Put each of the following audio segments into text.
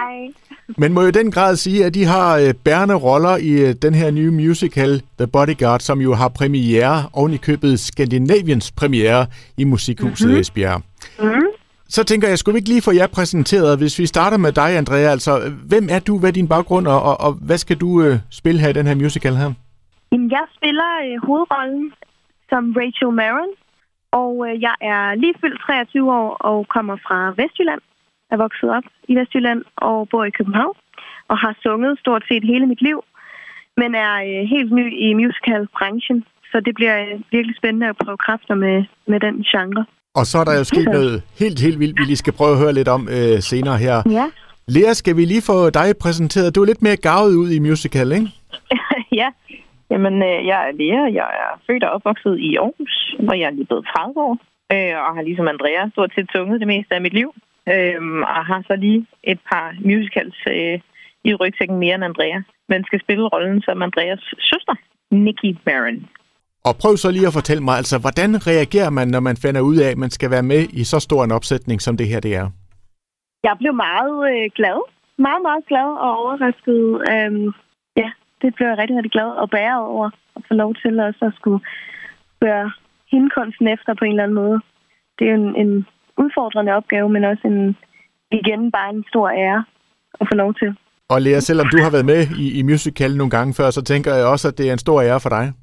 Hej. Men må jo i den grad sige, at de har bærende roller i den her nye musical, The Bodyguard, som jo har premiere, oven i købet Skandinaviens premiere i Musikhuset Esbjerg. Mm-hmm. Så tænker jeg, skulle vi ikke lige få jer præsenteret, hvis vi starter med dig, Andrea? Altså, hvem er du, hvad er din baggrund, og hvad skal du spille her i den her musical her? Jamen, jeg spiller hovedrollen som Rachel Maron, og jeg er lige fyldt 23 år og kommer fra Vestjylland. Jeg er vokset op i Vestjylland og bor i København, og har sunget stort set hele mit liv, men er helt ny i musicalbranchen, så det bliver virkelig spændende at prøve kræfter med den genre. Og så er der jo sket noget helt vildt, vi lige skal prøve at høre lidt om senere her. Ja. Lea, skal vi lige få dig præsenteret? Du er lidt mere garvet ud i musical, ikke? Ja, jamen jeg er Lea. Jeg er født og opvokset i Aarhus, hvor jeg er lige blevet 30 år, og har ligesom Andrea stort set sunget det meste af mit liv. Og har så lige et par musicals i rygsækken mere end Andrea, men skal spille rollen som Andreas søster, Nikki Maron. Og prøv så lige at fortælle mig, altså, hvordan reagerer man, når man finder ud af, at man skal være med i så stor en opsætning, som det her det er? Jeg blev meget glad. Meget glad og overrasket. Ja, det blev jeg rigtig, rigtig glad og bæret over at få lov til også at skulle gøre hende kunsten efter på en eller anden måde. Det er jo en udfordrende opgave, men også igen bare en stor ære at få lov til. Og Lea, selvom du har været med i musical nogle gange før, så tænker jeg også, at det er en stor ære for dig.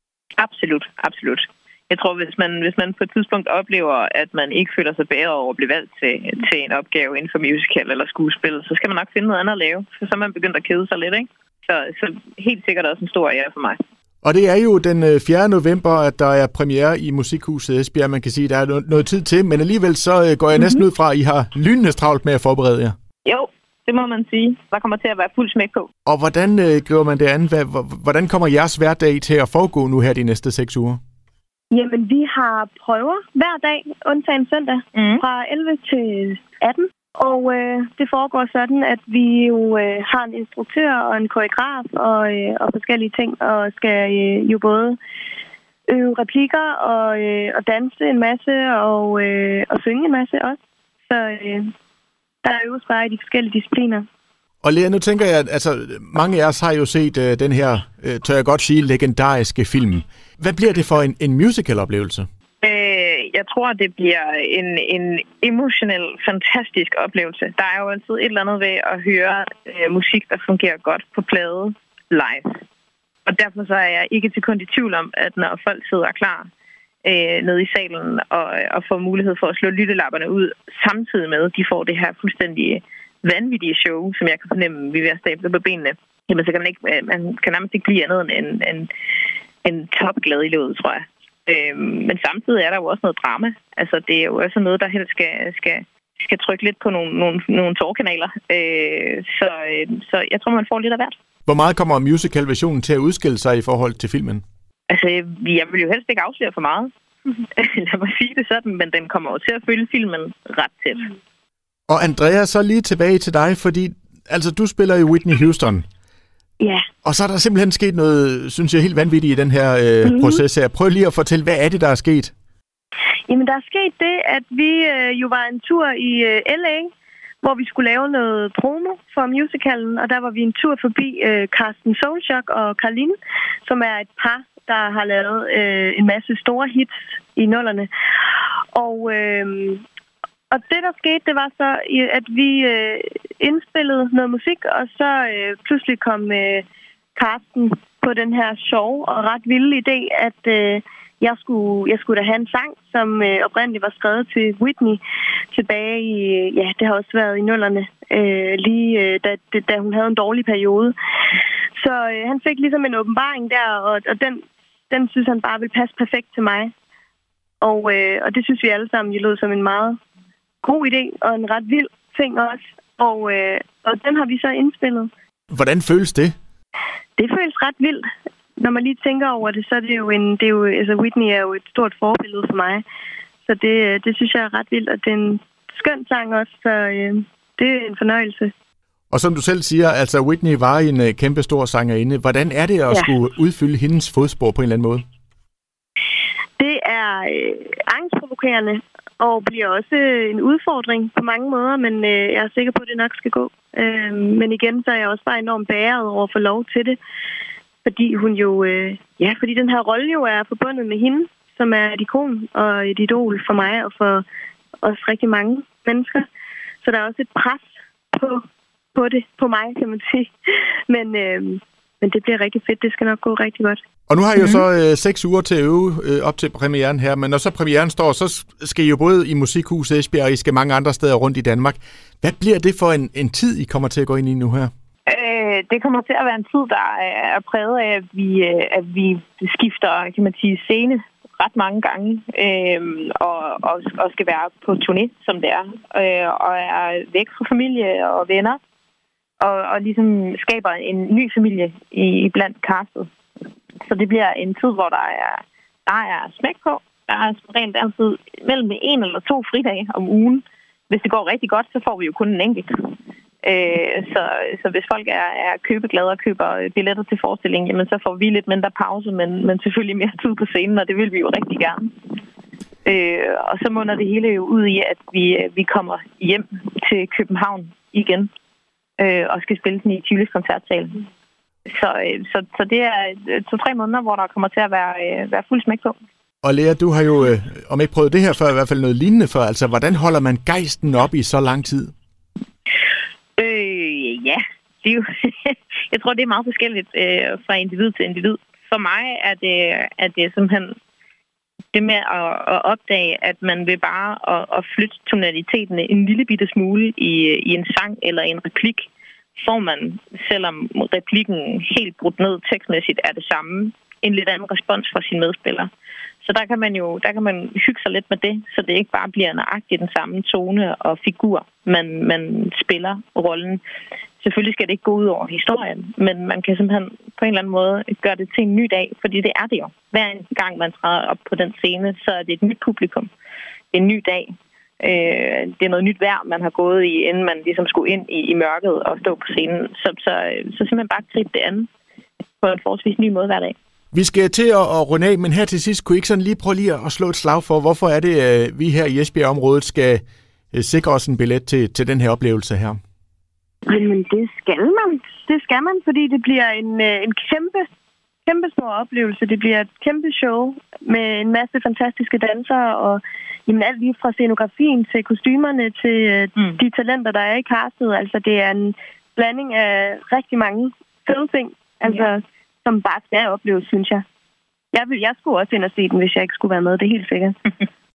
Absolut. Jeg tror, hvis man på et tidspunkt oplever, at man ikke føler sig bedre over at blive valgt til en opgave inden for musical eller skuespil, så skal man nok finde noget andet at lave, for så er man begyndt at kede sig lidt, ikke? Så helt sikkert også en stor ære for mig. Og det er jo den 4. november, at der er premiere i Musikhuset Esbjerg. Man kan sige, at der er noget tid til, men alligevel så går jeg næsten ud fra, at I har lynende travlt med at forberede jer. Jo, det må man sige. Der kommer til at være fuld smæk på. Og hvordan griber man det an? Hvordan kommer jeres hverdag til at foregå nu her de næste 6 uger? Jamen, vi har prøver hver dag, undtagen søndag, fra 11 til 18. Og det foregår sådan, at vi jo har en instruktør og en koreograf og forskellige ting, og skal jo både øve replikker og danse en masse og synge en masse også. Så der øves bare i de forskellige discipliner. Og Lea, nu tænker jeg, at altså, mange af os har jo set den her, tør jeg godt sige, legendariske film. Hvad bliver det for en musical-oplevelse? Jeg tror, det bliver en emotionel, fantastisk oplevelse. Der er jo altid et eller andet ved at høre musik, der fungerer godt på plade live. Og derfor så er jeg ikke til kun i tvivl om, at når folk sidder klar nede i salen og får mulighed for at slå lyttelapperne ud, samtidig med, at de får det her fuldstændig vanvittige show, som jeg kan fornemme, vi er ved at stable på benene, jamen så kan man kan nærmest ikke blive andet end en topglad i livet, tror jeg. Men samtidig er der jo også noget drama. Altså, det er jo også noget, der helst skal trykke lidt på nogle tårkanaler. Så jeg tror, man får lidt af hvert. Hvor meget kommer musical-versionen til at udskille sig i forhold til filmen? Altså, jeg vil jo helst ikke afsløre for meget. Lad mig sige det sådan, men den kommer jo til at følge filmen ret tæt. Og Andrea, så lige tilbage til dig, fordi altså, du spiller jo Whitney Houston. Ja. Og så er der simpelthen sket noget, synes jeg, helt vanvittigt i den her proces her. Prøv lige at fortælle, hvad er det, der er sket? Jamen, der er sket det, at vi jo var en tur i LA, hvor vi skulle lave noget promo for musicalen, og der var vi en tur forbi Carsten Solshock og Carline, som er et par, der har lavet en masse store hits i 00'erne. Og det, der skete, det var så, at vi indspillede noget musik, og så pludselig kom Carsten på den her sjove og ret vilde idé, at jeg skulle da have en sang, som oprindeligt var skrevet til Whitney tilbage i, ja, det har også været i 00'erne, da hun havde en dårlig periode. Så han fik ligesom en åbenbaring der, og den synes han bare ville passe perfekt til mig. Og det synes vi alle sammen jo lød som en meget god idé, og en ret vild ting også. Og den har vi så indspillet. Hvordan føles det? Det føles ret vildt. Når man lige tænker over det, så er det jo altså Whitney er jo et stort forbillede for mig. Så det synes jeg er ret vildt, og det er en skøn sang også, så det er en fornøjelse. Og som du selv siger, altså Whitney var en kæmpe stor sangerinde. Hvordan er det at skulle udfylde hendes fodspor på en eller anden måde? Det er angstprovokerende provokerende, og bliver også en udfordring på mange måder, men jeg er sikker på, at det nok skal gå. Men igen, så er jeg også bare enormt beæret over at få lov til det, fordi hun jo, fordi den her rolle jo er forbundet med hende, som er et ikon og et idol for mig og for også rigtig mange mennesker. Så der er også et pres på mig, kan man sige. Men det bliver rigtig fedt. Det skal nok gå rigtig godt. Og nu har I jo så 6 uger til at øve op til premieren her, men når så premieren står, så skal I jo både i Musikhuset Esbjerg, og I skal mange andre steder rundt i Danmark. Hvad bliver det for en tid, I kommer til at gå ind i nu her? Det kommer til at være en tid, der er præget af, at vi skifter, kan man sige, scene ret mange gange, og skal være på turné, som det er, og er væk fra familie og venner, og ligesom skaber en ny familie blandt castet. Så det bliver en tid, hvor der er smæk på. Der er rent altid mellem 1 eller 2 fridage om ugen. Hvis det går rigtig godt, så får vi jo kun en enkelt. Så hvis folk er købeglade og køber billetter til forestillingen, jamen så får vi lidt mindre pause, men selvfølgelig mere tid på scenen, og det vil vi jo rigtig gerne. Og så munder det hele jo ud i, at vi kommer hjem til København igen og skal spille den i Tivolis koncertsal. Så det er 2-3 måneder, hvor der kommer til at være fuld smæk på. Og Lea, du har jo, om ikke prøvet det her før, i hvert fald noget lignende før. Altså, hvordan holder man gejsten op i så lang tid? Ja, det er jo jeg tror, det er meget forskelligt fra individ til individ. For mig er det simpelthen det med at opdage, at man vil bare at flytte tonaliteten en lille bitte smule i en sang eller en replik, får man, selvom replikken helt brudt ned tekstmæssigt er det samme, en lidt anden respons fra sine medspillere. Så der kan man hygge sig lidt med det, så det ikke bare bliver nøjagtigt den samme tone og figur, man spiller rollen. Selvfølgelig skal det ikke gå ud over historien, men man kan simpelthen på en eller anden måde gøre det til en ny dag, fordi det er det jo. Hver gang man træder op på den scene, så er det et nyt publikum. Det er en ny dag. Det er noget nyt vejr, man har gået i, inden man ligesom skulle ind i mørket og stå på scenen. Så simpelthen bare gribe det an på en forholdsvis ny måde hver dag. Vi skal til at runde af, men her til sidst, kunne I ikke sådan lige prøve at slå et slag for, hvorfor er det, vi her i Esbjerg-området skal sikre os en billet til den her oplevelse her? Jamen, det skal man. Det skal man, fordi det bliver en kæmpe stor oplevelse. Det bliver et kæmpe show med en masse fantastiske dansere, og alt lige fra scenografien til kostymerne til de talenter, der er i castet. Altså, det er en blanding af rigtig mange fede ting, som bare skal opleves, synes jeg. Jeg skulle også ind og se den, hvis jeg ikke skulle være med, det er helt sikkert.